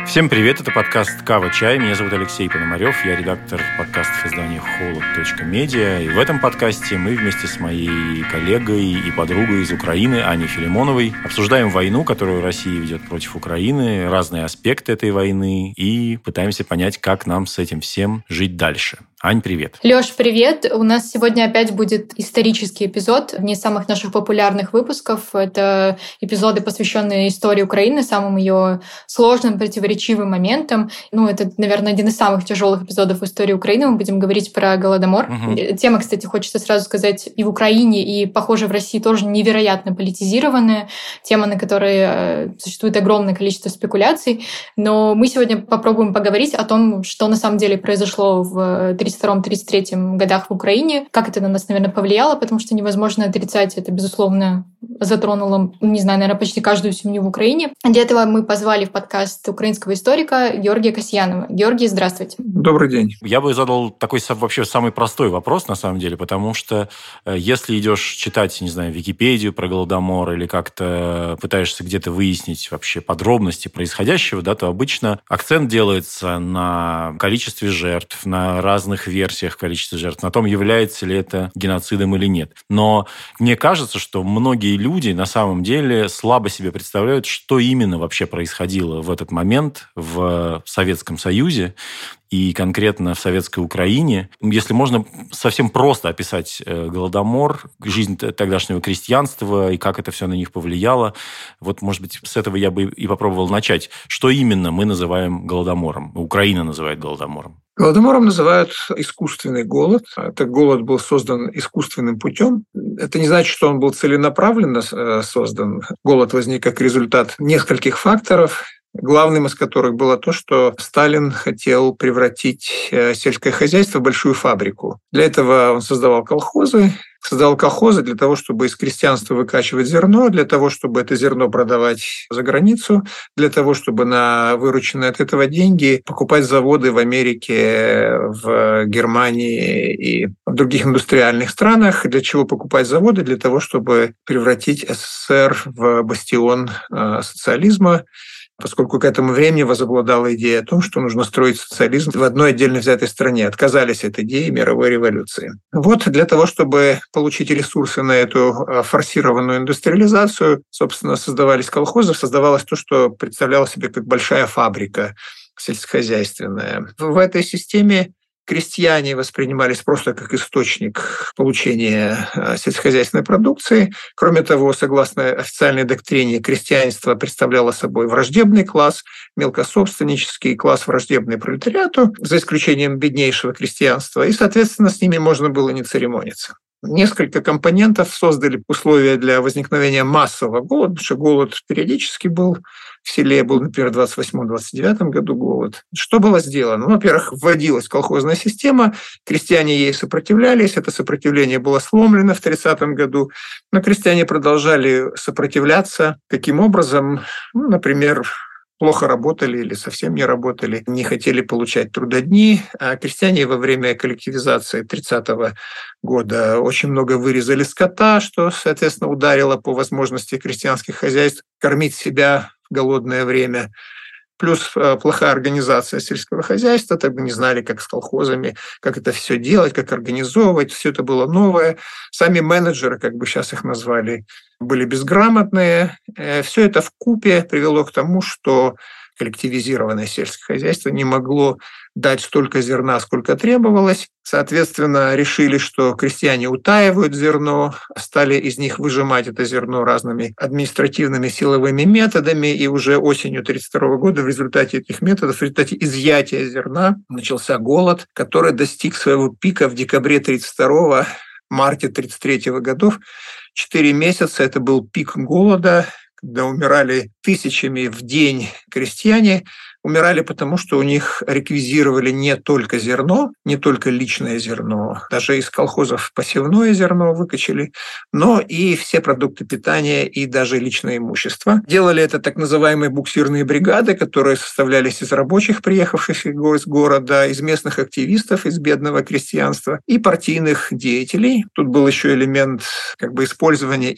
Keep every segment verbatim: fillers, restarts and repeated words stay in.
Всем привет, это подкаст «Кава Чай». Меня зовут Алексей Пономарев, я редактор подкастов издания холод точка медиа. И в этом подкасте мы вместе с моей коллегой и подругой из Украины Аней Филимоновой обсуждаем войну, которую Россия ведет против Украины, разные аспекты этой войны и пытаемся понять, как нам с этим всем жить дальше. Ань, привет. Лёш, привет. У нас сегодня опять будет исторический эпизод, не из самых наших популярных выпусков. Это эпизоды, посвященные истории Украины, самым ее сложным, противоречивым моментам. Ну, это, наверное, один из самых тяжелых эпизодов в истории Украины. Мы будем говорить про Голодомор. Угу. Тема, кстати, хочется сразу сказать, и в Украине, и, похоже, в России тоже невероятно политизированная. Тема, на которой существует огромное количество спекуляций. Но мы сегодня попробуем поговорить о том, что на самом деле произошло в тридцать втором — тридцать третьем годах в Украине, как это на нас, наверное, повлияло, потому что невозможно отрицать, это, безусловно, затронуло, не знаю, наверное, почти каждую семью в Украине. Для этого мы позвали в подкаст украинского историка Георгия Касьянова. Георгий, здравствуйте. Добрый день. Я бы задал такой вообще самый простой вопрос, на самом деле, потому что если идешь читать, не знаю, Википедию про Голодомор или как-то пытаешься где-то выяснить вообще подробности происходящего, да, то обычно акцент делается на количестве жертв, на разных версиях количества жертв, на том, является ли это геноцидом или нет. Но мне кажется, что многие люди на самом деле слабо себе представляют, что именно вообще происходило в этот момент в Советском Союзе и конкретно в Советской Украине. Если можно совсем просто описать Голодомор, жизнь тогдашнего крестьянства и как это все на них повлияло, вот, может быть, с этого я бы и попробовал начать. Что именно мы называем Голодомором? Украина называет Голодомором. Голодомором называют искусственный голод. Этот голод был создан искусственным путем. Это не значит, что он был целенаправленно создан. Голод возник как результат нескольких факторов, главным из которых было то, что Сталин хотел превратить сельское хозяйство в большую фабрику. Для этого он создавал колхозы, создавал колхозы для того, чтобы из крестьянства выкачивать зерно, для того, чтобы это зерно продавать за границу, для того, чтобы на вырученные от этого деньги покупать заводы в Америке, в Германии и в других индустриальных странах. Для чего покупать заводы? Для того, чтобы превратить СССР в бастион социализма, поскольку к этому времени возобладала идея о том, что нужно строить социализм в одной отдельно взятой стране. Отказались от идеи мировой революции. Вот для того, чтобы получить ресурсы на эту форсированную индустриализацию, собственно, создавались колхозы, создавалось то, что представляло себе как большая фабрика сельскохозяйственная. В этой системе крестьяне воспринимались просто как источник получения сельскохозяйственной продукции. Кроме того, согласно официальной доктрине, крестьянство представляло собой враждебный класс, мелкособственнический класс, враждебный пролетариату, за исключением беднейшего крестьянства, и, соответственно, с ними можно было не церемониться. Несколько компонентов создали условия для возникновения массового голода, потому что голод периодически был. В селе был, например, в двадцать восьмом — двадцать девятом году голод. Что было сделано? Ну, во-первых, вводилась колхозная система, крестьяне ей сопротивлялись, это сопротивление было сломлено в тридцатом году, но крестьяне продолжали сопротивляться. Каким образом? Ну, например, плохо работали или совсем не работали, не хотели получать трудодни. А крестьяне во время коллективизации тридцатого года очень много вырезали скота, что, соответственно, ударило по возможности крестьянских хозяйств кормить себя в голодное время. Плюс плохая организация сельского хозяйства, тогда не знали, как с колхозами, как это все делать, как организовывать, все это было новое. Сами менеджеры, как бы сейчас их назвали, были безграмотные. Все это вкупе привело к тому, что коллективизированное сельское хозяйство не могло дать столько зерна, сколько требовалось. Соответственно, решили, что крестьяне утаивают зерно, стали из них выжимать это зерно разными административными силовыми методами, и уже осенью тысяча девятьсот тридцать второго года в результате этих методов, в результате изъятия зерна, начался голод, который достиг своего пика в декабре тридцать второго, марте тридцать третьего годов. Четыре месяца это был пик голода, когда умирали тысячами в день крестьяне, умирали потому, что у них реквизировали не только зерно, не только личное зерно, даже из колхозов посевное зерно выкачали, но и все продукты питания и даже личное имущество. Делали это так называемые буксирные бригады, которые составлялись из рабочих, приехавших из города, из местных активистов, из бедного крестьянства и партийных деятелей. Тут был еще элемент как бы использования их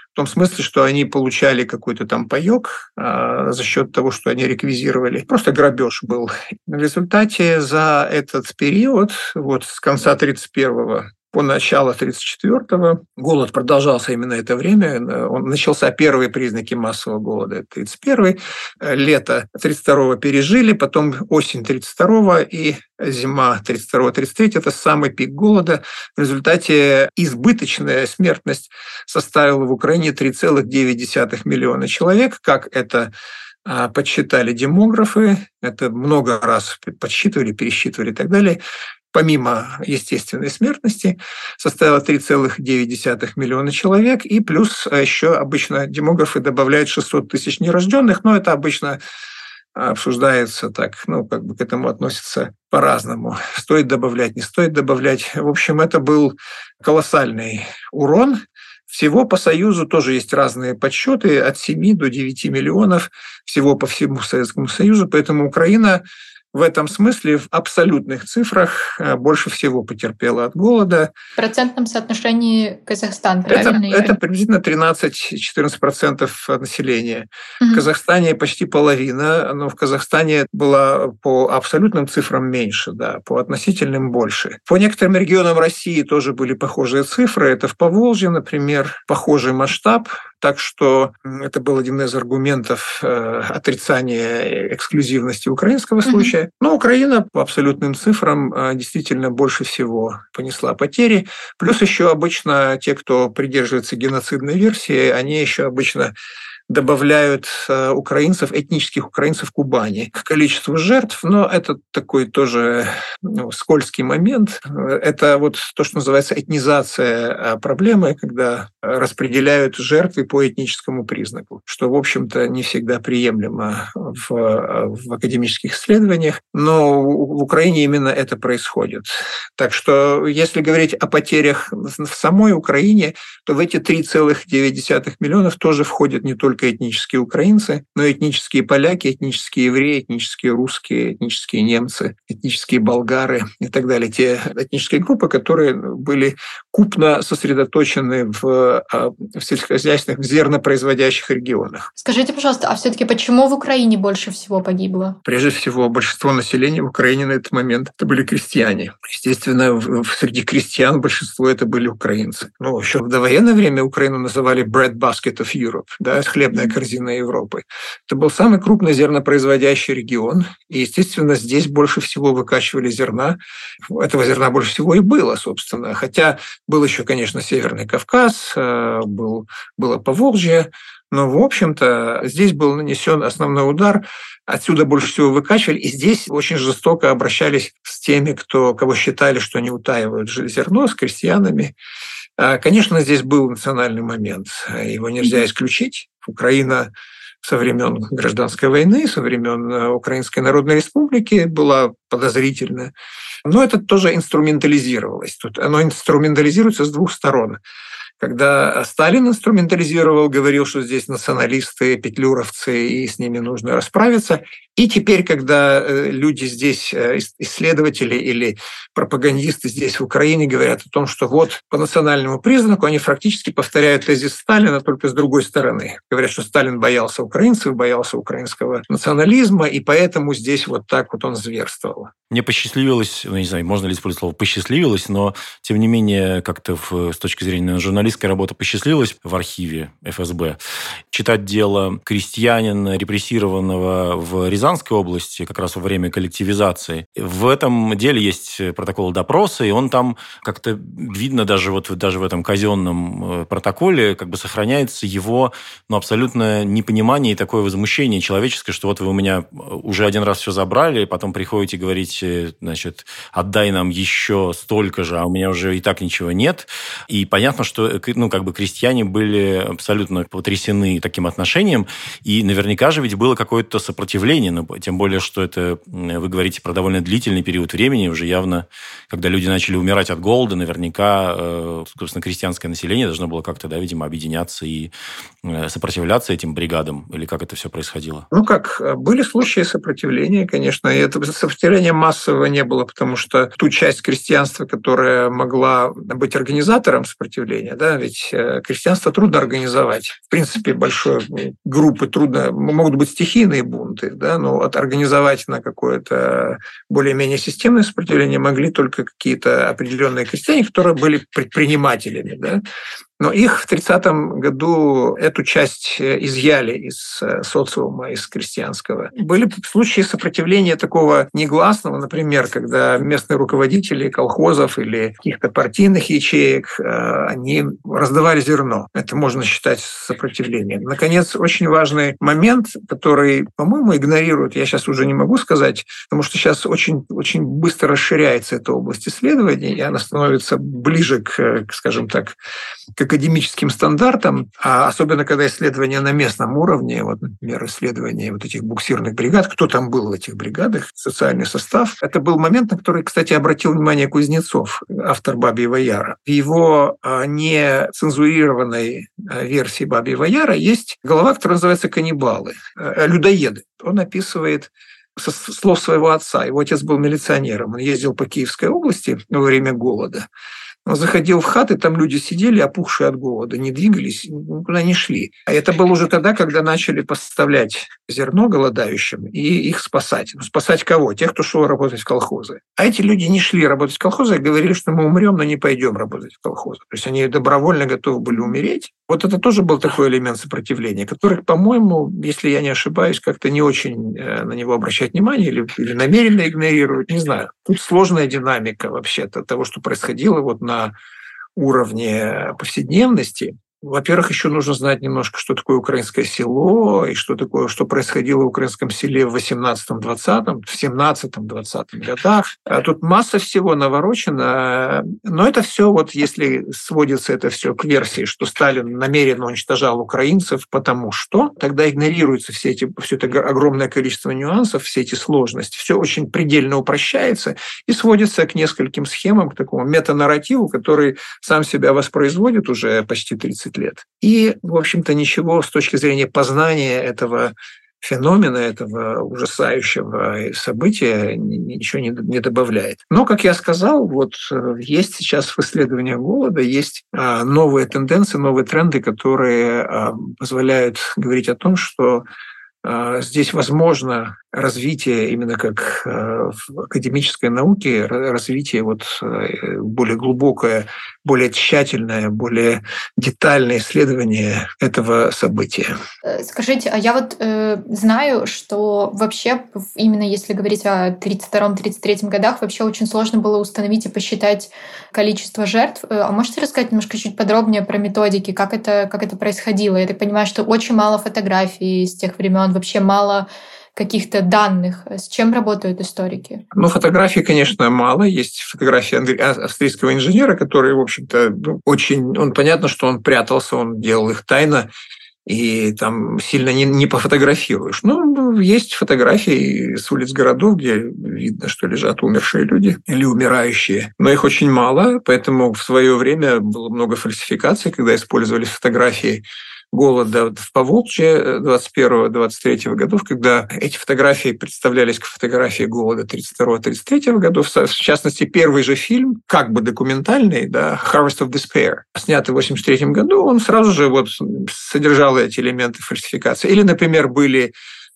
в том смысле, что они получали какой-то там паёк а, за счет того, что они реквизировали. Просто грабеж был. В результате за этот период, вот с конца тридцать первого по начало тридцать четвёртого, голод продолжался именно это время. Он начался первые признаки массового голода. Это тридцать первый, лето тридцать второго пережили, потом осень тридцать второго и зима тридцать второго тридцать третьего. Это самый пик голода. В результате избыточная смертность составила в Украине три целых девять десятых миллиона человек. Как это подсчитали демографы, это много раз подсчитывали, пересчитывали и так далее. Помимо естественной смертности, составила три целых девять десятых миллиона человек, и плюс еще обычно демографы добавляют шестьсот тысяч нерожденных, но это обычно обсуждается так, ну, как бы к этому относятся по-разному. Стоит добавлять, не стоит добавлять. В общем, это был колоссальный урон. Всего по Союзу тоже есть разные подсчеты, от семи до девяти миллионов всего по всему Советскому Союзу, поэтому Украина в этом смысле в абсолютных цифрах больше всего потерпела от голода. В процентном соотношении Казахстан, правильно? Это, это приблизительно тринадцать-четырнадцать процентов населения. Угу. В Казахстане почти половина, но в Казахстане было по абсолютным цифрам меньше, да, по относительным больше. По некоторым регионам России тоже были похожие цифры. Это в Поволжье, например, похожий масштаб. Так что это был один из аргументов э, отрицания эксклюзивности украинского случая. Mm-hmm. Но Украина по абсолютным цифрам э, действительно больше всего понесла потери. Плюс еще обычно те, кто придерживается геноцидной версии, они еще обычно добавляют э, украинцев, этнических украинцев Кубани к количеству жертв, но это такой тоже ну, скользкий момент. Это вот то, что называется этнизация проблемы, когда распределяют жертвы по этническому признаку, что, в общем-то, не всегда приемлемо в, в академических исследованиях, но в Украине именно это происходит. Так что, если говорить о потерях в самой Украине, то в эти три целых девять десятых миллионов тоже входят не только этнические украинцы, но и этнические поляки, этнические евреи, этнические русские, этнические немцы, этнические болгары и так далее. Те этнические группы, которые были купно сосредоточены в, в сельскохозяйственных, в зернопроизводящих регионах. Скажите, пожалуйста, а все-таки почему в Украине больше всего погибло? Прежде всего, большинство населения в Украине на этот момент это были крестьяне. Естественно, среди крестьян большинство это были украинцы. Ну, еще в довоенное время Украину называли bread basket of Europe, да, хлебная корзина Европы. Это был самый крупный зернопроизводящий регион, и, естественно, здесь больше всего выкачивали зерна. Этого зерна больше всего и было, собственно. Хотя был еще, конечно, Северный Кавказ, был, было Поволжье, но, в общем-то, здесь был нанесен основной удар. Отсюда больше всего выкачивали, и здесь очень жестоко обращались с теми, кто, кого считали, что они утаивают зерно, с крестьянами. Конечно, здесь был национальный момент, его нельзя исключить. Украина со времен гражданской войны, со времен Украинской Народной Республики была подозрительна. Но это тоже инструментализировалось. Тут оно инструментализируется с двух сторон. Когда Сталин инструментализировал, говорил, что здесь националисты, петлюровцы, и с ними нужно расправиться. И теперь, когда люди здесь, исследователи или пропагандисты здесь в Украине говорят о том, что вот по национальному признаку они фактически повторяют тезис Сталина, только с другой стороны. Говорят, что Сталин боялся украинцев, боялся украинского национализма, и поэтому здесь вот так вот он зверствовал. Мне посчастливилось, ну, не знаю, можно ли использовать слово «посчастливилось», но, тем не менее, как-то в, с точки зрения журналистской работы посчастливилось в архиве эф эс бэ читать дело крестьянина, репрессированного в Рязанской области, как раз во время коллективизации. В этом деле есть протокол допроса, и он там как-то видно, даже вот даже в этом казенном протоколе, как бы сохраняется его ну, абсолютное непонимание и такое возмущение человеческое, что вот вы у меня уже один раз все забрали, потом приходите и говорите, значит, отдай нам еще столько же, а у меня уже и так ничего нет. И понятно, что ну, как бы крестьяне были абсолютно потрясены таким отношением, и наверняка же ведь было какое-то сопротивление, но тем более, что это, вы говорите про довольно длительный период времени, уже явно, когда люди начали умирать от голода, наверняка, собственно, крестьянское население должно было как-то, да, видимо, объединяться и сопротивляться этим бригадам, или как это все происходило? Ну как, были случаи сопротивления, конечно, и это сопротивление массового не было, потому что ту часть крестьянства, которая могла быть организатором сопротивления, да, ведь крестьянство трудно организовать. В принципе, большой группы трудно, могут быть стихийные бунты, да, но от организовать на какое-то более-менее системное сопротивление могли только какие-то определенные крестьяне, которые были предпринимателями, да. Но их в тридцатом году эту часть изъяли из социума, из крестьянского. Были случаи сопротивления такого негласного, например, когда местные руководители колхозов или каких-то партийных ячеек, они раздавали зерно. Это можно считать сопротивлением. Наконец, очень важный момент, который, по-моему, игнорируют, я сейчас уже не могу сказать, потому что сейчас очень, очень быстро расширяется эта область исследований, и она становится ближе к, скажем так, к академическим стандартам, а особенно когда исследования на местном уровне, вот, например, исследования вот этих буксирных бригад, кто там был в этих бригадах, социальный состав, это был момент, на который, кстати, обратил внимание Кузнецов, автор «Бабьего Яра». В его нецензурированной версии «Бабьего Яра» есть глава, которая называется «Каннибалы», людоеды. Он описывает со слов своего отца. Его отец был милиционером, он ездил по Киевской области во время голода. Он заходил в хаты, там люди сидели, опухшие от голода, не двигались, никуда не шли. А это было уже тогда, когда начали поставлять зерно голодающим и их спасать. Ну, спасать кого? Тех, кто шел работать в колхозы. А эти люди не шли работать в колхозы, и говорили, что мы умрем, но не пойдем работать в колхозы. То есть они добровольно готовы были умереть. Вот это тоже был такой элемент сопротивления, который, по-моему, если я не ошибаюсь, как-то не очень на него обращать внимание или, или намеренно игнорируют, не знаю. Тут сложная динамика вообще-то того, что происходило вот на уровне повседневности. Во-первых, еще нужно знать немножко, что такое украинское село и что такое, что происходило в украинском селе в восемнадцатом-двадцатом, в семнадцатом-двадцатом годах. А тут масса всего наворочено. Но это все, вот если сводится это все к версии, что Сталин намеренно уничтожал украинцев, потому что тогда игнорируются все эти, все это огромное количество нюансов, все эти сложности. Все очень предельно упрощается и сводится к нескольким схемам, к такому метанарративу, который сам себя воспроизводит уже почти тридцать лет. И, в общем-то, ничего с точки зрения познания этого феномена, этого ужасающего события ничего не добавляет. Но, как я сказал, вот есть сейчас в исследованиях голода есть новые тенденции, новые тренды, которые позволяют говорить о том, что здесь возможно развитие именно как в академической науке, развитие вот более глубокое, более тщательное, более детальное исследование этого события. Скажите, а я вот э, знаю, что вообще именно если говорить о тридцать втором — тридцать третьем годах, вообще очень сложно было установить и посчитать количество жертв. А можете рассказать немножко чуть подробнее про методики, как это, как это происходило? Я так понимаю, что очень мало фотографий с тех времен, вообще мало каких-то данных. С чем работают историки? Ну, фотографий, конечно, мало. Есть фотографии австрийского инженера, который, в общем-то, ну, очень... Он, понятно, что он прятался, он делал их тайно, и там сильно не, не пофотографируешь. Ну, есть фотографии с улиц городов, где видно, что лежат умершие люди или умирающие. Но их очень мало, поэтому в свое время было много фальсификаций, когда использовались фотографии голода в Поволжье двадцать первого — двадцать третьего годов, когда эти фотографии представлялись как фотографии голода тридцать второго — тридцать третьего годов. В частности, первый же фильм, как бы документальный, да, «Harvest of Despair», снятый в восемьдесят третьем году, он сразу же вот содержал эти элементы фальсификации. Или, например, были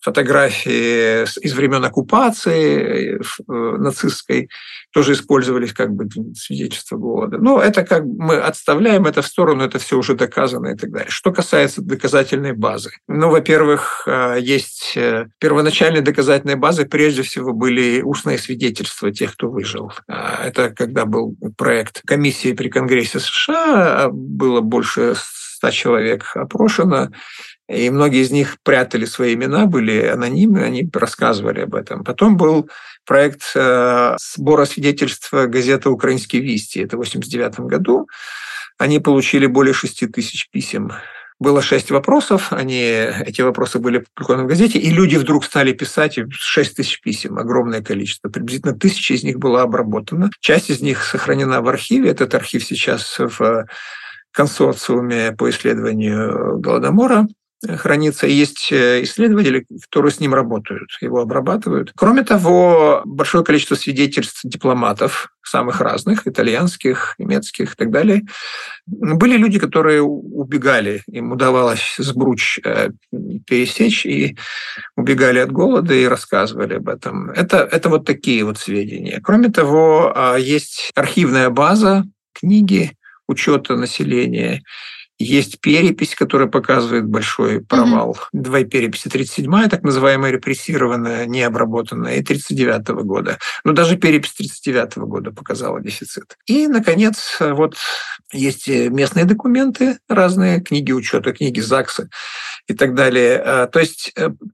фотографии из времен оккупации нацистской, тоже использовались как бы свидетельства голода. Но это как мы отставляем это в сторону, это все уже доказано и так далее. Что касается доказательной базы. Ну, во-первых, есть первоначальные доказательные базы, прежде всего были устные свидетельства тех, кто выжил. Это когда был проект комиссии при Конгрессе США, было больше ста человек опрошено, и многие из них прятали свои имена, были анонимны, они рассказывали об этом. Потом был проект сбора свидетельств газеты «Украинские вести». Это в восемьдесят девятом году. Они получили более шести тысяч писем. Было шесть вопросов, они, эти вопросы были опубликованы в газете, и люди вдруг стали писать шесть тысяч писем, огромное количество. Приблизительно тысяча из них была обработана. Часть из них сохранена в архиве. Этот архив сейчас в консорциуме по исследованию Голодомора. хранится. Есть исследователи, которые с ним работают, его обрабатывают. Кроме того, большое количество свидетельств дипломатов, самых разных, итальянских, немецких и так далее. Были люди, которые убегали, им удавалось Сбруч пересечь, и убегали от голода и рассказывали об этом. Это, это вот такие вот сведения. Кроме того, есть архивная база, книги учета населения. Есть перепись, которая показывает большой провал. Mm-hmm. Два переписи. тридцать седьмая, так называемая репрессированная, необработанная, и тридцать девятого года. Но даже перепись тридцать девятого года показала дефицит. И, наконец, вот есть местные документы разные, книги учета, книги ЗАГСа и так далее. То есть...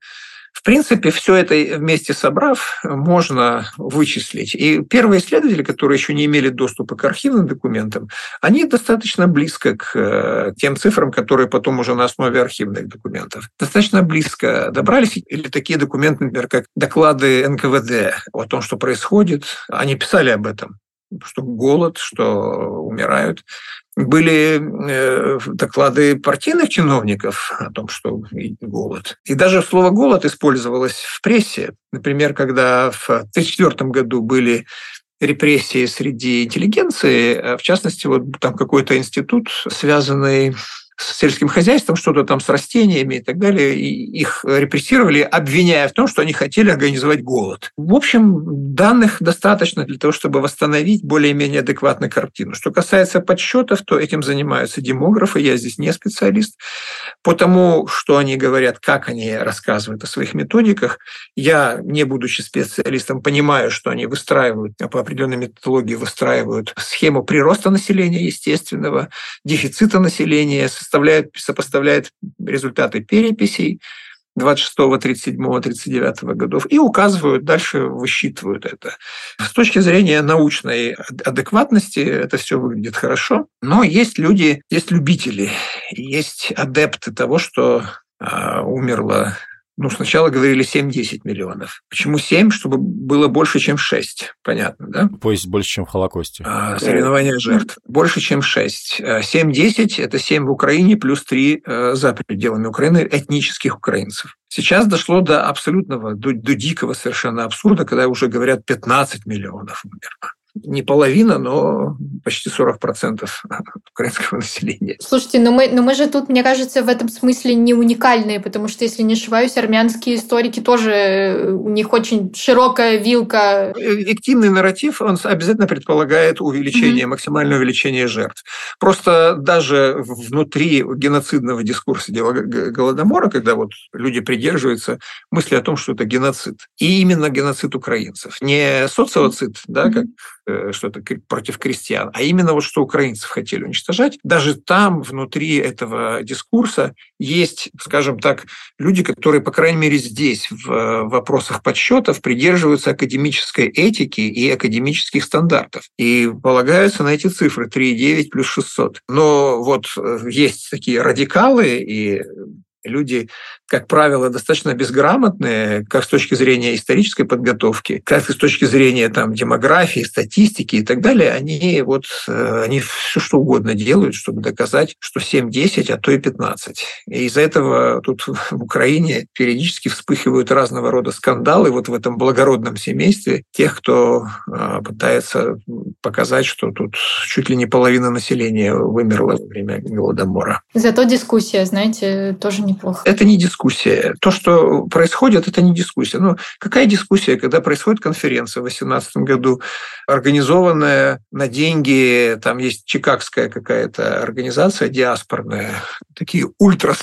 В принципе, все это вместе собрав, можно вычислить. И первые исследователи, которые еще не имели доступа к архивным документам, они достаточно близко к тем цифрам, которые потом уже на основе архивных документов, достаточно близко добрались. Или такие документы, например, как доклады эн ка вэ дэ о том, что происходит. Они писали об этом, что голод, что умирают. Были э, доклады партийных чиновников о том, что голод. И даже слово «голод» использовалось в прессе. Например, когда в тысяча девятьсот тридцать четвёртом году были репрессии среди интеллигенции, в частности, вот там какой-то институт, связанный с сельским хозяйством, что-то там с растениями и так далее, и их репрессировали, обвиняя в том, что они хотели организовать голод. В общем, данных достаточно для того, чтобы восстановить более-менее адекватную картину. Что касается подсчетов, то этим занимаются демографы, я здесь не специалист. По тому, что они говорят, как они рассказывают о своих методиках, я, не будучи специалистом, понимаю, что они выстраивают, по определенной методологии выстраивают схему прироста населения естественного, дефицита населения, составляют, сопоставляют результаты переписей двадцать шестого, тридцать седьмого, тридцать девятого годов и указывают, дальше высчитывают это. С точки зрения научной адекватности это все выглядит хорошо, но есть люди, есть любители, есть адепты того, что а, умерло. Ну, сначала говорили семь-десять миллионов. Почему семь? Чтобы было больше, чем шесть. Понятно, да? То есть больше, чем в Холокосте. А, соревнования жертв. Больше, чем шесть. семь-десять – это семь в Украине плюс три за пределами Украины этнических украинцев. Сейчас дошло до абсолютного, до, до дикого совершенно абсурда, когда уже говорят пятнадцать миллионов умерло. Не половина, но почти сорок процентов украинского населения. Слушайте, но мы, но мы же тут, мне кажется, в этом смысле не уникальные, потому что, если не ошибаюсь, армянские историки тоже, у них очень широкая вилка. Виктимный нарратив, он обязательно предполагает увеличение, mm-hmm. максимальное увеличение жертв. Просто даже внутри геноцидного дискурса Голодомора, когда вот люди придерживаются мысли о том, что это геноцид, и именно геноцид украинцев, не социоцид, mm-hmm. да, как что-то против крестьян, а именно вот что украинцев хотели уничтожать. Даже там, внутри этого дискурса, есть, скажем так, люди, которые, по крайней мере, здесь, в вопросах подсчетов, придерживаются академической этики и академических стандартов и полагаются на эти цифры три и девять плюс шестьсот. Но вот есть такие радикалы и люди, как правило, достаточно безграмотные, как с точки зрения исторической подготовки, как и с точки зрения там, демографии, статистики и так далее, они, вот, они все что угодно делают, чтобы доказать, что семь-десять, а то и пятнадцать. И из-за этого тут в Украине периодически вспыхивают разного рода скандалы вот в этом благородном семействе тех, кто пытается показать, что тут чуть ли не половина населения вымерла во время Голодомора. Зато дискуссия, знаете, тоже неплохо. Это не дискуссия. То, что происходит, это не дискуссия. Ну, какая дискуссия, когда происходит конференция в две тысячи восемнадцатом году, организованная на деньги, там есть чикагская какая-то организация диаспорная, такие ультрас,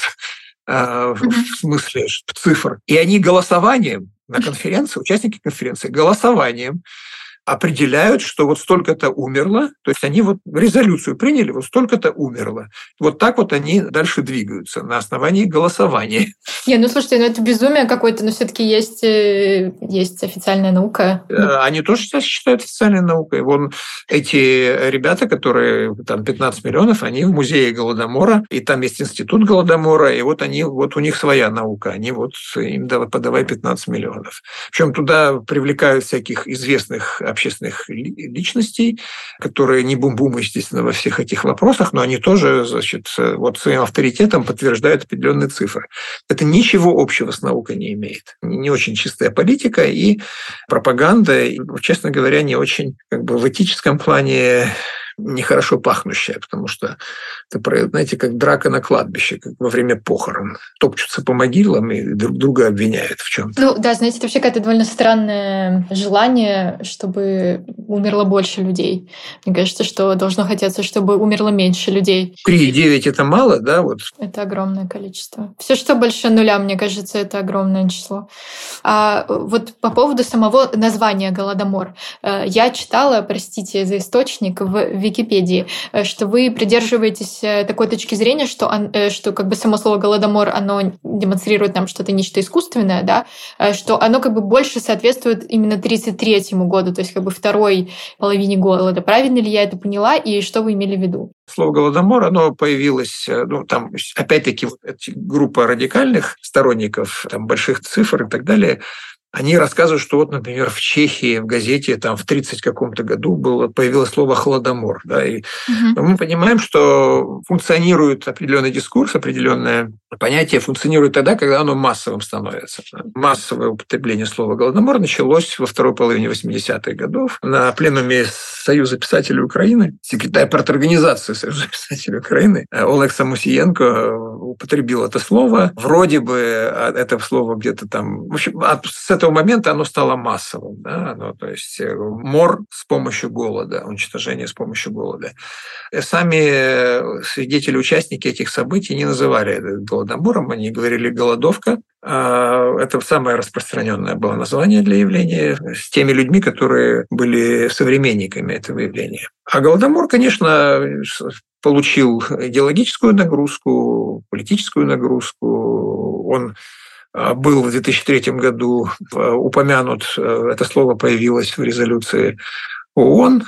э, в смысле цифр. И они голосованием на конференции, участники конференции, голосованием определяют, что вот столько-то умерло, то есть они вот резолюцию приняли, вот столько-то умерло. Вот так вот они дальше двигаются на основании голосования. Не, ну слушайте, ну это безумие какое-то, но все-таки есть, есть официальная наука. Они тоже сейчас считают официальной наукой. Вон эти ребята, которые там пятнадцать миллионов, они в музее Голодомора, и там есть институт Голодомора, и вот они, вот у них своя наука, они вот им подавай пятнадцать миллионов. Причем туда привлекают всяких известных общественных личностей, которые не бум-бум, естественно, во всех этих вопросах, но они тоже, значит, вот своим авторитетом подтверждают определенные цифры. Это ничего общего с наукой не имеет. Не очень чистая политика и пропаганда, и, честно говоря, не очень, как бы, в этическом плане нехорошо пахнущая, потому что это, знаете, как драка на кладбище, как во время похорон. Топчутся по могилам и друг друга обвиняют в чем-то. Ну да, знаете, это вообще какое-то довольно странное желание, чтобы умерло больше людей. Мне кажется, что должно хотеться, чтобы умерло меньше людей. три и девять это мало, да? Вот. Это огромное количество. Все, что больше нуля, мне кажется, это огромное число. А вот по поводу самого названия «Голодомор». Я читала, простите за источник, в Википедии, что вы придерживаетесь такой точки зрения, что, он, что как бы само слово «голодомор», оно демонстрирует нам что-то нечто искусственное, да, что оно как бы больше соответствует именно тридцать третьему году, то есть как бы второй половине голода. Правильно ли я это поняла, и что вы имели в виду? Слово «голодомор», оно появилось, ну, там, опять-таки, вот эти группа радикальных сторонников, там, больших цифр и так далее, они рассказывают, что вот, например, в Чехии в газете там в тридцать каком-то году было, появилось слово «холодомор». Да, и угу. Мы понимаем, что функционирует определенный дискурс, определенное понятие функционирует тогда, когда оно массовым становится. Массовое употребление слова «голодомор» началось во второй половине восьмидесятых годов на пленуме Союза писателей Украины. Секретарь парторганизации Союза писателей Украины Олекса Мусиенко употребил это слово. Вроде бы это слово где-то там... В общем, с этого момента оно стало массовым. Да? Оно, то есть мор с помощью голода, уничтожение с помощью голода. Сами свидетели, участники этих событий не называли это голодомором, они говорили «голодовка». Это самое распространенное было название для явления с теми людьми, которые были современниками этого явления. А голодомор, конечно, получил идеологическую нагрузку, политическую нагрузку. Он был в две тысячи третьем году упомянут, это слово появилось в резолюции ООН,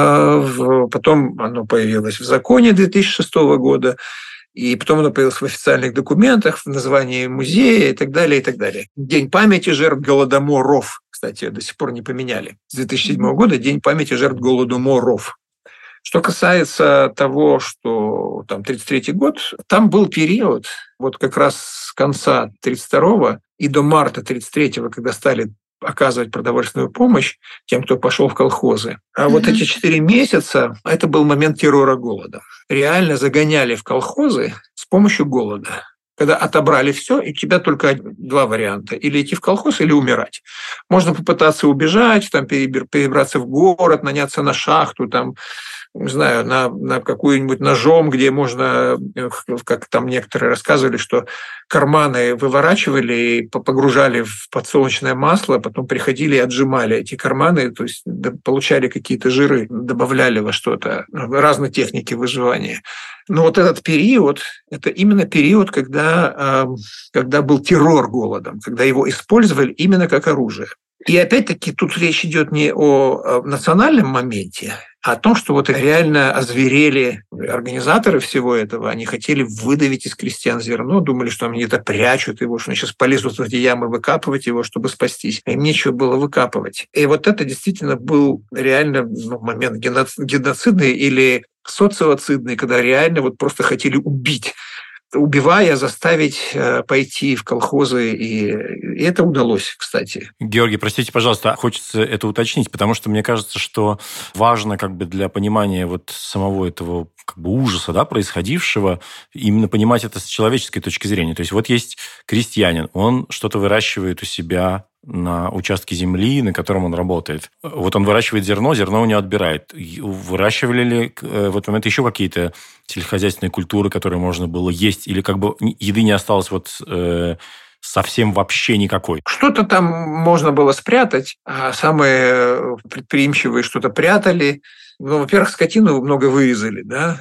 потом оно появилось в законе две тысячи шестого года, и потом оно появилось в официальных документах, в названии музея и так далее, и так далее. День памяти жертв голодоморов, кстати, до сих пор не поменяли. С две тысячи седьмого года День памяти жертв голодоморов. Что касается того, что там тридцать третий год, там был период, вот как раз с конца тридцать второго и до марта тридцать третьего, когда стали оказывать продовольственную помощь тем, кто пошел в колхозы. А mm-hmm. вот эти четыре месяца, это был момент террора голода. Реально загоняли в колхозы с помощью голода. Когда отобрали все, и у тебя только два варианта. Или идти в колхоз, или умирать. Можно попытаться убежать, там, перебраться в город, наняться на шахту, там, не знаю, на, на какую-нибудь ножом, где можно, как там некоторые рассказывали, что карманы выворачивали и погружали в подсолнечное масло, потом приходили и отжимали эти карманы, то есть получали какие-то жиры, добавляли во что-то, разные техники выживания. Но вот этот период, это именно период, когда, когда был террор голодом, когда его использовали именно как оружие. И опять-таки тут речь идет не о национальном моменте, а о том, что вот реально озверели организаторы всего этого. Они хотели выдавить из крестьян зерно, думали, что они это прячут его, что они сейчас полезут в эти ямы выкапывать его, чтобы спастись. Им нечего было выкапывать. И вот это действительно был реально ну, момент геноцидный или социоцидный, когда реально вот просто хотели убить. Убивая, заставить пойти в колхозы, и, и это удалось, кстати. Георгий, простите, пожалуйста, хочется это уточнить, потому что мне кажется, что важно как бы для понимания вот самого этого как бы ужаса, да, происходившего, именно понимать это с человеческой точки зрения. То есть вот есть крестьянин, он что-то выращивает у себя на участке земли, на котором он работает. Вот он выращивает зерно, зерно у него отбирает. Выращивали ли в этот момент еще какие-то сельскохозяйственные культуры, которые можно было есть? Или как бы еды не осталось вот э, совсем вообще никакой? Что-то там можно было спрятать, а самые предприимчивые что-то прятали. Ну, во-первых, скотину много вырезали, да,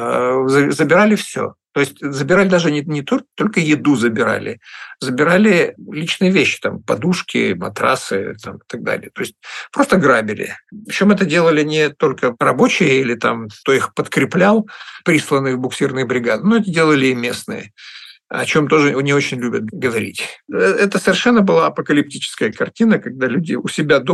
а забирали все. То есть забирали даже не, не только еду забирали, забирали личные вещи, там, подушки, матрасы там, и так далее. То есть просто грабили. Причем это делали не только рабочие или там, кто их подкреплял, присланные в буксирные бригады, но это делали и местные, о чем тоже не очень любят говорить. Это совершенно была апокалиптическая картина, когда люди у себя дома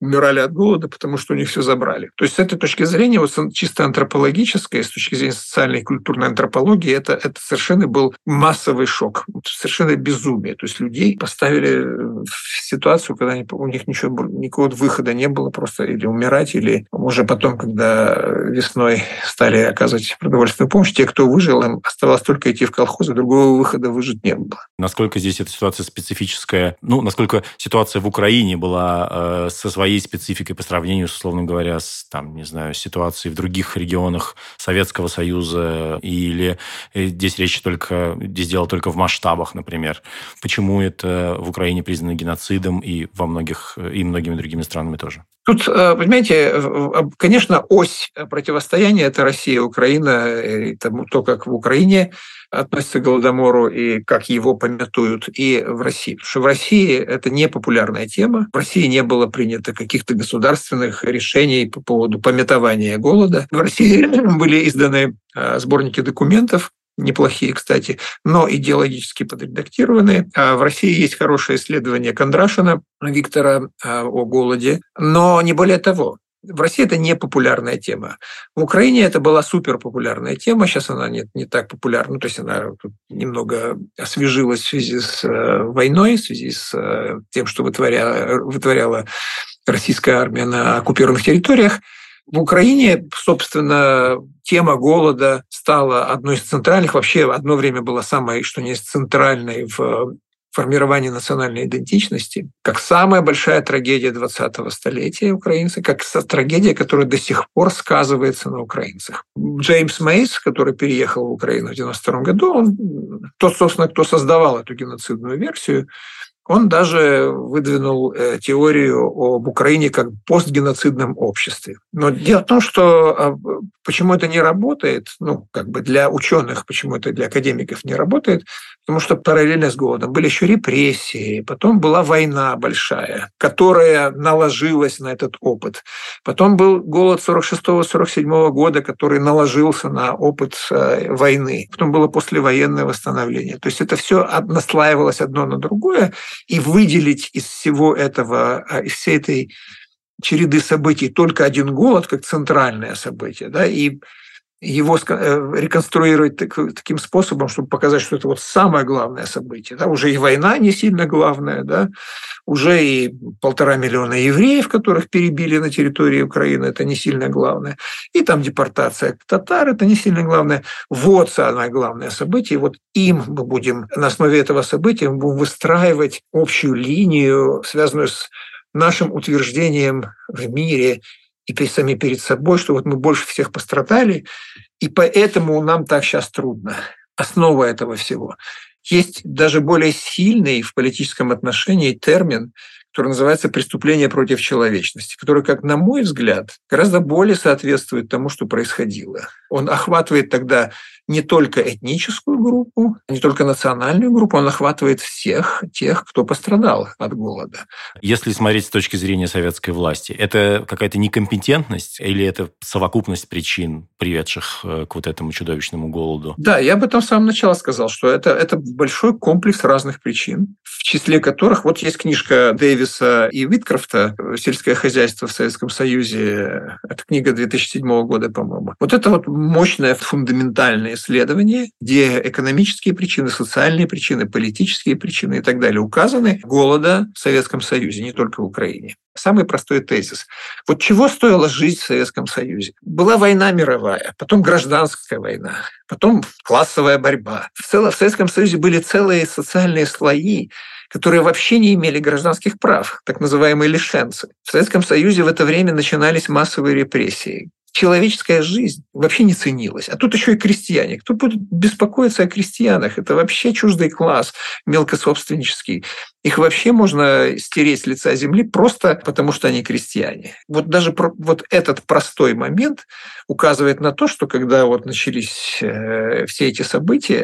умирали от голода, потому что у них все забрали. То есть с этой точки зрения, вот чисто антропологической, с точки зрения социальной и культурной антропологии, это, это совершенно был массовый шок, совершенно безумие. То есть людей поставили в ситуацию, когда они, у них ничего, никакого выхода не было, просто или умирать, или уже потом, когда весной стали оказывать продовольственную помощь, те, кто выжил, им оставалось только идти в колхозы, другого выхода выжить не было. Насколько здесь эта ситуация специфическая, ну, насколько ситуация в Украине была э, со своей спецификой по сравнению, условно говоря, с, там, не знаю, ситуацией в других регионах Советского Союза, или здесь речь только, здесь дело только в масштабах, например. Почему это в Украине признано геноцидом и во многих, и многими другими странами тоже? Тут, понимаете, конечно, ось противостояния – это Россия, Украина, и то, как в Украине относятся к Голодомору и как его памятуют, и в России. Потому что в России это не популярная тема. В России не было принято каких-то государственных решений по поводу памятования голода. В России были изданы сборники документов, неплохие, кстати, но идеологически подредактированные. В России есть хорошее исследование Кондрашина Виктора о голоде, но не более того. В России это не популярная тема. В Украине это была суперпопулярная тема, сейчас она не, не так популярна, то есть она тут немного освежилась в связи с войной, в связи с тем, что вытворяла, вытворяла российская армия на оккупированных территориях. В Украине, собственно, тема голода стала одной из центральных, вообще одно время была самой, что ни есть, центральной в формировании национальной идентичности, как самая большая трагедия двадцатого столетия украинцев, как трагедия, которая до сих пор сказывается на украинцах. Джеймс Мейс, который переехал в Украину в девяносто втором году, он тот, собственно, кто создавал эту геноцидную версию, он даже выдвинул теорию об Украине как постгеноцидном обществе. Но дело в том, что почему это не работает, ну, как бы для ученых, почему это для академиков не работает, потому что параллельно с голодом были еще репрессии, потом была война большая, которая наложилась на этот опыт. Потом был голод сорок шестого — сорок седьмого года, который наложился на опыт войны. Потом было послевоенное восстановление. То есть это все наслаивалось одно на другое, и выделить из всего этого, из всей этой череды событий только один голод как центральное событие, да, и его реконструировать таким способом, чтобы показать, что это вот самое главное событие. Да? Уже и война не сильно главная, да? Уже и полтора миллиона евреев, которых перебили на территории Украины, это не сильно главное. И там депортация татар, это не сильно главное. Вот самое главное событие. И вот им мы будем, на основе этого события, мы будем выстраивать общую линию, связанную с нашим утверждением в мире и сами перед собой, что вот мы больше всех пострадали, и поэтому нам так сейчас трудно. Основа этого всего. Есть даже более сильный в политическом отношении термин, который называется «преступление против человечности», который, как на мой взгляд, гораздо более соответствует тому, что происходило. Он охватывает тогда не только этническую группу, не только национальную группу, он охватывает всех тех, кто пострадал от голода. Если смотреть с точки зрения советской власти, это какая-то некомпетентность или это совокупность причин, приведших к вот этому чудовищному голоду? Да, я об этом с самого начала сказал, что это, это большой комплекс разных причин, в числе которых вот есть книжка Дэвиса и Уиткрофта «Сельское хозяйство в Советском Союзе». Это книга две тысячи седьмого года, по-моему. Вот это вот мощное фундаментальное исследование, где экономические причины, социальные причины, политические причины и так далее указаны голода в Советском Союзе, не только в Украине. Самый простой тезис. Вот чего стоила жизнь в Советском Союзе? Была война мировая, потом гражданская война, потом классовая борьба. В целом в Советском Союзе были целые социальные слои, которые вообще не имели гражданских прав, так называемые лишенцы. В Советском Союзе в это время начинались массовые репрессии. Человеческая жизнь вообще не ценилась. А тут еще и крестьяне. Кто будет беспокоиться о крестьянах? Это вообще чуждый класс, мелкособственнический. Их вообще можно стереть с лица земли просто потому, что они крестьяне. Вот даже вот этот простой момент указывает на то, что когда вот начались все эти события,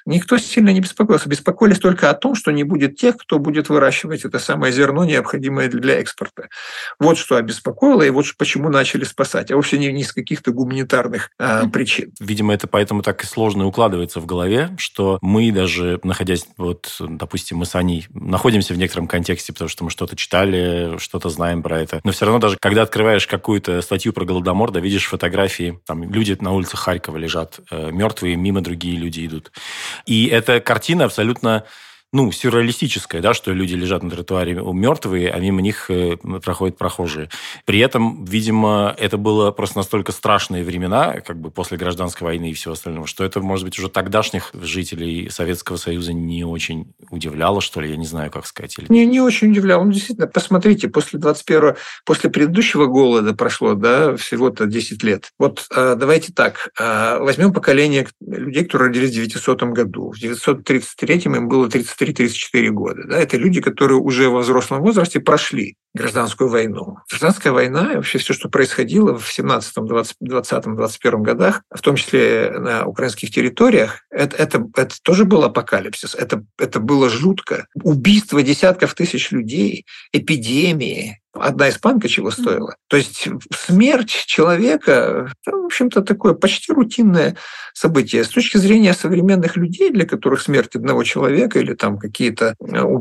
Никто сильно не беспокоился. Беспокоились только о том, что не будет тех, кто будет выращивать это самое зерно, необходимое для экспорта. Вот что обеспокоило, и вот почему начали спасать. А вовсе не, не из каких-то гуманитарных а, причин. Видимо, это поэтому так и сложно укладывается в голове, что мы даже, находясь, вот, допустим, мы с Аней находимся в некотором контексте, потому что мы что-то читали, что-то знаем про это. Но все равно даже, когда открываешь какую-то статью про Голодомор, да, видишь фотографии, там люди на улицах Харькова лежат, э, мертвые, мимо другие люди идут. И эта картина абсолютно, ну, сюрреалистическая, да, что люди лежат на тротуаре мертвые, а мимо них проходят прохожие. При этом, видимо, это было просто настолько страшные времена, как бы после гражданской войны и всего остального, что это, может быть, уже тогдашних жителей Советского Союза не очень удивляло, что ли, я не знаю, как сказать. Или... Не, не очень удивляло. Ну, действительно, посмотрите, после двадцать первого, после предыдущего голода прошло, да, всего-то десять лет. Вот э, давайте так, э, возьмем поколение людей, которые родились в девятисотом году. В девятьсот тридцать третьем им было тридцать три тридцать четыре года. Да? Это люди, которые уже во взрослом возрасте прошли гражданскую войну. Гражданская война, вообще все, что происходило в семнадцатом, двадцатом, двадцать первом годах, в том числе на украинских территориях, это, это, это тоже был апокалипсис. Это, это было жутко. Убийство десятков тысяч людей, эпидемии. Одна испанка чего стоила. То есть смерть человека, в общем-то, такое почти рутинное событие. С точки зрения современных людей, для которых смерть одного человека или там какие-то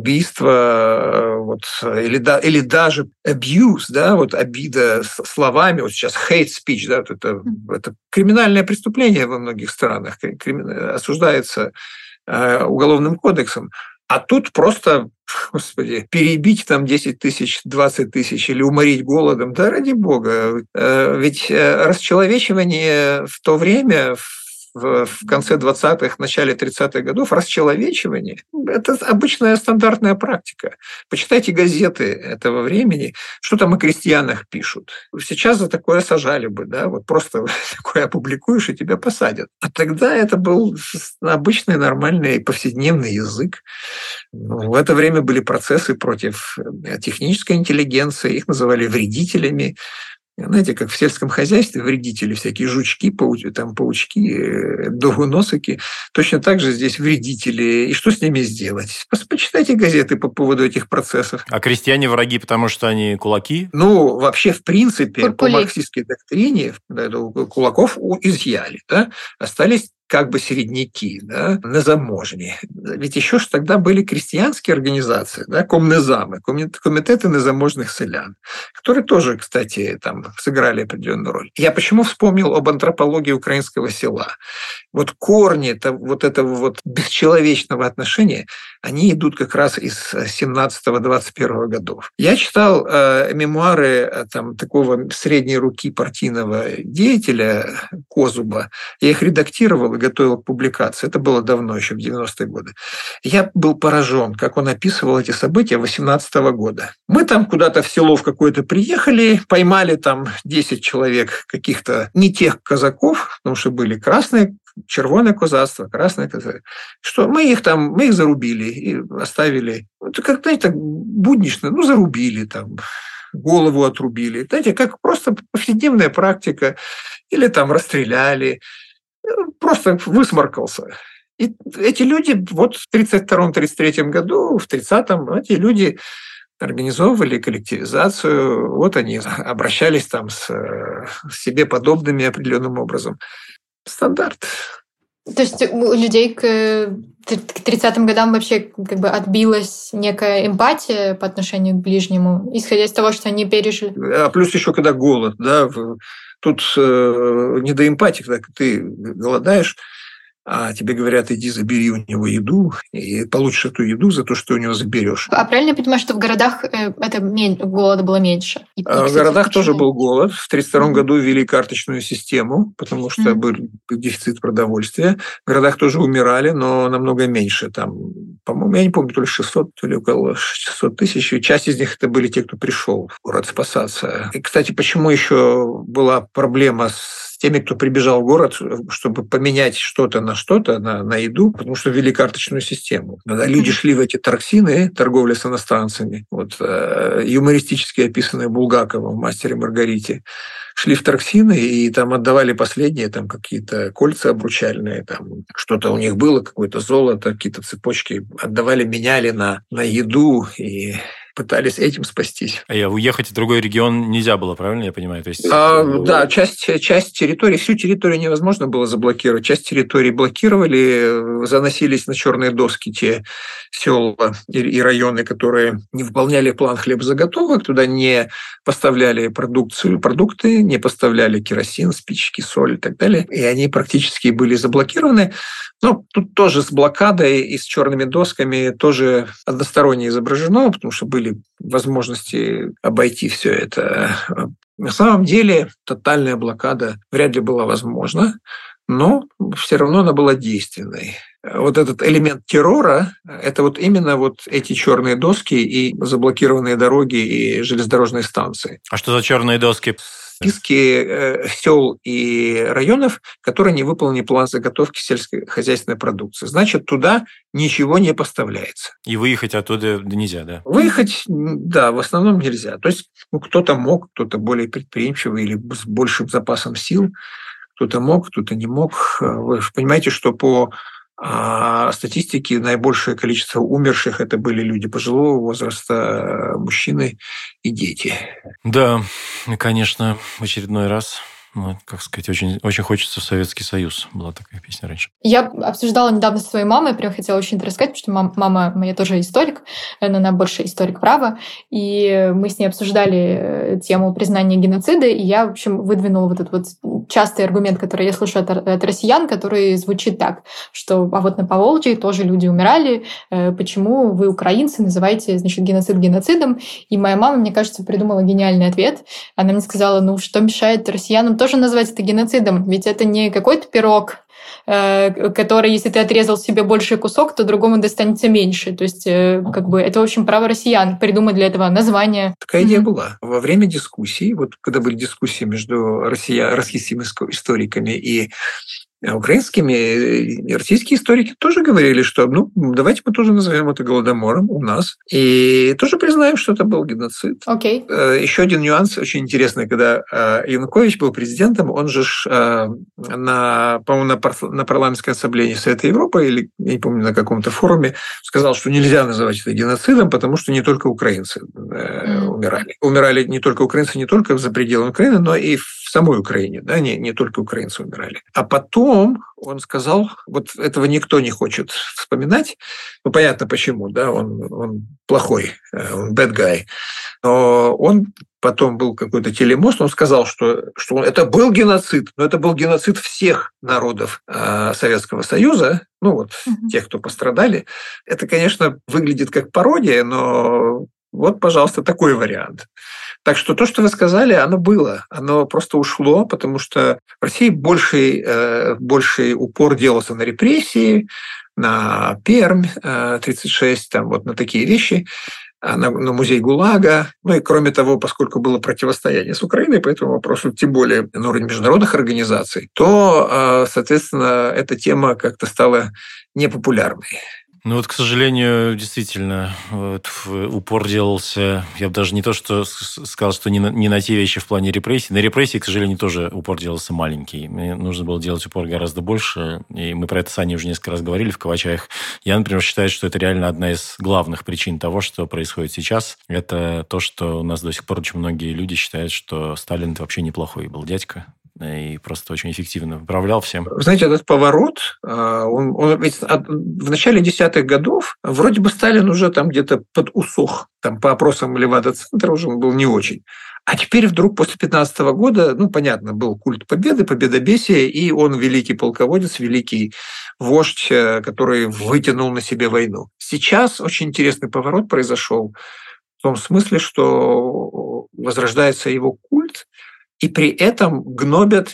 убийства, вот, или, да, или даже abuse, да, вот обида словами, вот сейчас hate speech, да, вот это, это криминальное преступление во многих странах, осуждается уголовным кодексом. А тут просто, господи, перебить там десять тысяч, двадцать тысяч или уморить голодом, да ради бога. Ведь расчеловечивание в то время, в конце двадцатых, начале тридцатых годов, расчеловечивание – это обычная стандартная практика. Почитайте газеты этого времени, что там о крестьянах пишут. Сейчас за такое сажали бы, да, вот просто такое опубликуешь, и тебя посадят. А тогда это был обычный, нормальный, повседневный язык. В это время были процессы против технической интеллигенции, их называли вредителями. Знаете, как в сельском хозяйстве вредители, всякие жучки, пау- там, паучки, дугоносики. Точно так же здесь вредители. И что с ними сделать? Почитайте газеты по поводу этих процессов. А крестьяне враги, потому что они кулаки? Ну, вообще, в принципе, Куркули. По марксистской доктрине да, кулаков изъяли. Да? Остались как бы середняки, да, незаможные. Ведь еще ж тогда были крестьянские организации, да, комнезамы, комитеты незаможных селян, которые тоже, кстати, там сыграли определенную роль. Я почему вспомнил об антропологии украинского села? Вот корни вот этого вот бесчеловечного отношения, они идут как раз из семнадцатого двадцать первого годов. Я читал э, мемуары там, такого средней руки партийного деятеля Козуба. Я их редактировал и готовил к публикации. Это было давно, еще в девяностые годы. Я был поражен, как он описывал эти события восемнадцатого года. Мы там куда-то в село в какое-то приехали, поймали там десять человек каких-то не тех казаков, потому что были красные, червоное козацтво, красное козацтво. Что мы их там, мы их зарубили и оставили. Это как, знаете, так буднично, ну, зарубили там, голову отрубили. Знаете, как просто повседневная практика. Или там расстреляли. Просто высморкался. И эти люди вот в тридцать втором тридцать третьем году, в тридцатом, эти люди организовывали коллективизацию, вот они обращались там с, с себе подобными определенным образом. Стандарт. То есть у людей к тридцатым годам вообще как бы отбилась некая эмпатия по отношению к ближнему, исходя из того, что они пережили? А плюс еще когда голод, да, тут э, не до эмпатии, когда ты голодаешь, а тебе говорят, иди забери у него еду, и получишь эту еду за то, что у него заберешь. А правильно я понимаю, что в городах это голода было меньше? И, а кстати, в городах почему? тоже был голод. В тридцать втором mm-hmm. году ввели карточную систему, потому что mm-hmm. был дефицит продовольствия. В городах тоже умирали, но намного меньше. Там, по-моему, я не помню, то ли шестьсот, то ли около шестьсот тысяч. И часть из них это были те, кто пришел в город спасаться. И, кстати, почему еще была проблема с теми, кто прибежал в город, чтобы поменять что-то на что-то, на, на еду, потому что ввели карточную систему. Когда люди шли в эти торксины, торговля с иностранцами, вот, э, юмористически описанные Булгаковым в «Мастере и Маргарите», шли в торксины и там отдавали последние там какие-то кольца обручальные, там что-то у них было, какое-то золото, какие-то цепочки отдавали, меняли на, на еду и пытались этим спастись. А уехать в другой регион нельзя было, правильно я понимаю? То есть... а, да, часть, часть территории, всю территорию невозможно было заблокировать. Часть территории блокировали, заносились на черные доски те села и, и районы, которые не выполняли план хлебозаготовок, туда не поставляли продукцию, продукты, не поставляли керосин, спички, соль и так далее. И они практически были заблокированы. Но тут тоже с блокадой и с черными досками тоже односторонне изображено, потому что были возможности обойти все это. На самом деле тотальная блокада вряд ли была возможна, но все равно она была действенной. Вот этот элемент террора – это вот именно вот эти черные доски и заблокированные дороги и железнодорожные станции. А что за черные доски? Списки э, сел и районов, которые не выполнили план заготовки сельскохозяйственной продукции. Значит, туда ничего не поставляется. И выехать оттуда нельзя, да? Выехать, да, в основном нельзя. То есть ну, кто-то мог, кто-то более предприимчивый или с большим запасом сил, кто-то мог, кто-то не мог. Вы же понимаете, что по а статистике наибольшее количество умерших – это были люди пожилого возраста, мужчины и дети. Да, конечно, в очередной раз, ну, как сказать, очень, очень хочется в Советский Союз. Была такая песня раньше. Я обсуждала недавно со своей мамой, прям хотела очень это рассказать, потому что мама, мама моя тоже историк, но она больше историк права, и мы с ней обсуждали тему признания геноцида, и я, в общем, выдвинула вот этот вот частый аргумент, который я слышу от, от россиян, который звучит так, что а вот на Поволжье тоже люди умирали, почему вы, украинцы, называете, значит, геноцид геноцидом? И моя мама, мне кажется, придумала гениальный ответ. Она мне сказала, ну что мешает россиянам тоже назвать это геноцидом? Ведь это не какой-то пирог, который, если ты отрезал себе больший кусок, то другому достанется меньше. То есть, как бы, это, в общем, право россиян придумать для этого название. Такая идея mm-hmm. была. Во время дискуссий, вот когда были дискуссии между россия, российскими историками и украинскими, российские историки тоже говорили, что ну, давайте мы тоже назовем это голодомором у нас. И тоже признаем, что это был геноцид. Okay. Еще один нюанс очень интересный. Когда Янукович был президентом, он же на, по-моему, на парламентской ассамблее Совета Европы или, я не помню, на каком-то форуме сказал, что нельзя называть это геноцидом, потому что не только украинцы mm. умирали. Умирали не только украинцы, не только за пределами Украины, но и в самой Украине. Да? Не, не только украинцы умирали. А потом он сказал, вот этого никто не хочет вспоминать, ну, понятно почему, да, он, он плохой, он bad guy, но он потом был какой-то телемост, он сказал, что, что это был геноцид, но это был геноцид всех народов э, Советского Союза, ну вот mm-hmm. тех, кто пострадали. Это, конечно, выглядит как пародия, но вот, пожалуйста, такой вариант. Так что то, что вы сказали, оно было. Оно просто ушло, потому что в России больший, э, больший упор делался на репрессии, на Пермь тридцать шесть, там, вот на такие вещи, на, на музей ГУЛАГа. Ну и кроме того, поскольку было противостояние с Украиной по этому вопросу, тем более на уровне международных организаций, то, э, соответственно, эта тема как-то стала непопулярной. Ну вот, к сожалению, действительно, вот, упор делался, я бы даже не то, что сказал, что не на, не на те вещи в плане репрессий. На репрессии, к сожалению, тоже упор делался маленький. Мне нужно было делать упор гораздо больше, и мы про это с Аней уже несколько раз говорили в Кавачаях. Я, например, считаю, что это реально одна из главных причин того, что происходит сейчас. Это то, что у нас до сих пор очень многие люди считают, что Сталин это вообще неплохой был дядька. И просто очень эффективно управлял всем. Знаете, этот поворот, он, он ведь в начале десятых годов вроде бы Сталин уже там где-то подусох. Там по опросам Левада-центра уже он был не очень. А теперь вдруг после пятнадцатого года, ну, понятно, был культ победы, победобесие, и он великий полководец, великий вождь, который вытянул на себе войну. Сейчас очень интересный поворот произошел в том смысле, что возрождается его культ, и при этом гнобят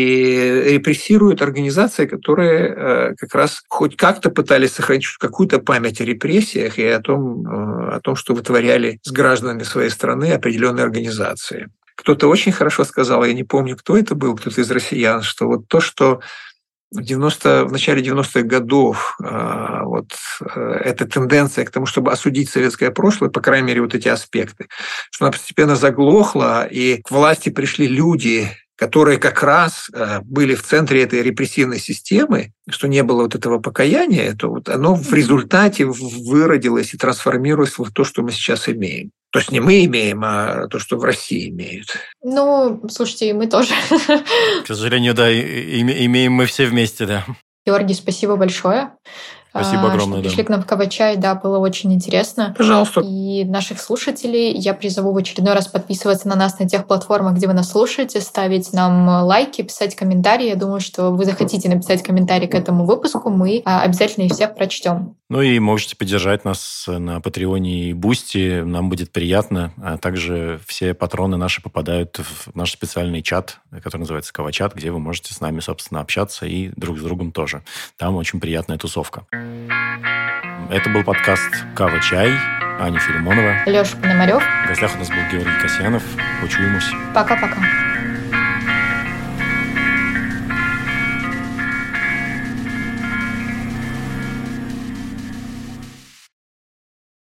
и репрессируют организации, которые как раз хоть как-то пытались сохранить какую-то память о репрессиях и о том, о том, что вытворяли с гражданами своей страны определенные организации. кто-то очень хорошо сказал, я не помню, кто это был, кто-то из россиян, что вот то, что в, девяносто, в начале девяностых годов э, вот э, эта тенденция к тому, чтобы осудить советское прошлое, по крайней мере, вот эти аспекты, что она постепенно заглохла, и к власти пришли люди, которые как раз были в центре этой репрессивной системы, что не было вот этого покаяния, то вот оно в результате выродилось и трансформировалось в то, что мы сейчас имеем. То есть не мы имеем, а то, что в России имеют. Ну, слушайте, и мы тоже. К сожалению, да, имеем мы все вместе, да. Георгий, спасибо большое. Спасибо огромное. Что пришли да. к нам в Кава-чай, да, было очень интересно. Пожалуйста. И наших слушателей я призову в очередной раз подписываться на нас на тех платформах, где вы нас слушаете, ставить нам лайки, писать комментарии. Я думаю, что вы захотите написать комментарий к этому выпуску, мы обязательно их всех прочтем. Ну и можете поддержать нас на Патреоне и Бусти, нам будет приятно. А также все патроны наши попадают в наш специальный чат, который называется Кава-чат, где вы можете с нами, собственно, общаться и друг с другом тоже. Там очень приятная тусовка. Это был подкаст «Кава-чай». Аня Филимонова. Леша Пономарев. В гостях у нас был Георгий Касьянов. Почуемся. Пока-пока.